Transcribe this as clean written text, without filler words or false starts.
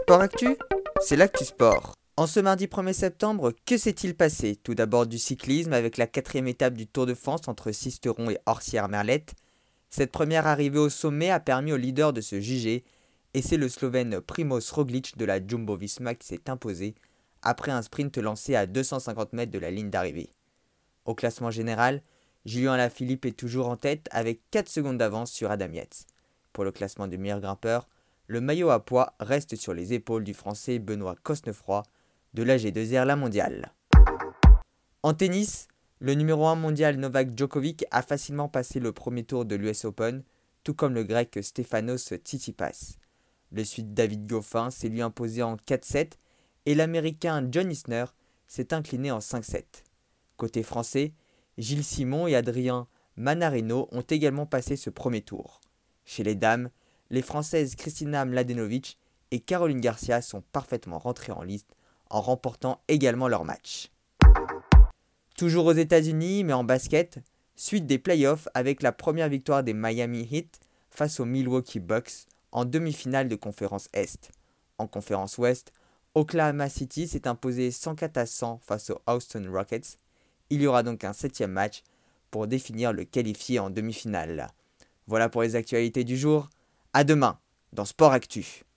Sport Actu, c'est l'actu sport. En ce mardi 1er septembre, que s'est-il passé? Tout d'abord du cyclisme avec la quatrième étape du Tour de France entre Sisteron et Orsières-Merlette. Cette première arrivée au sommet a permis au leader de se juger et c'est le Slovène Primoz Roglic de la Jumbo-Visma qui s'est imposé après un sprint lancé à 250 mètres de la ligne d'arrivée. Au classement général, Julien Alaphilippe est toujours en tête avec 4 secondes d'avance sur Adam Yates. Pour le classement du meilleur grimpeur, le maillot à pois reste sur les épaules du français Benoît Cosnefroy de la G2R La Mondiale. En tennis, le numéro 1 mondial Novak Djokovic a facilement passé le premier tour de l'US Open, tout comme le grec Stefanos Tsitsipas. Le Suisse David Goffin s'est lui imposé en 4-7 et l'américain John Isner s'est incliné en 5-7. Côté français, Gilles Simon et Adrien Manarino ont également passé ce premier tour. Chez les dames, les Françaises Kristina Mladenovic et Caroline Garcia sont parfaitement rentrées en liste en remportant également leur match. Toujours aux États-Unis, mais en basket, suite des playoffs avec la première victoire des Miami Heat face aux Milwaukee Bucks en demi-finale de conférence Est. En conférence Ouest, Oklahoma City s'est imposé 104-100 face aux Houston Rockets. Il y aura donc un 7e match pour définir le qualifié en demi-finale. Voilà pour les actualités du jour. À demain dans Sport Actu.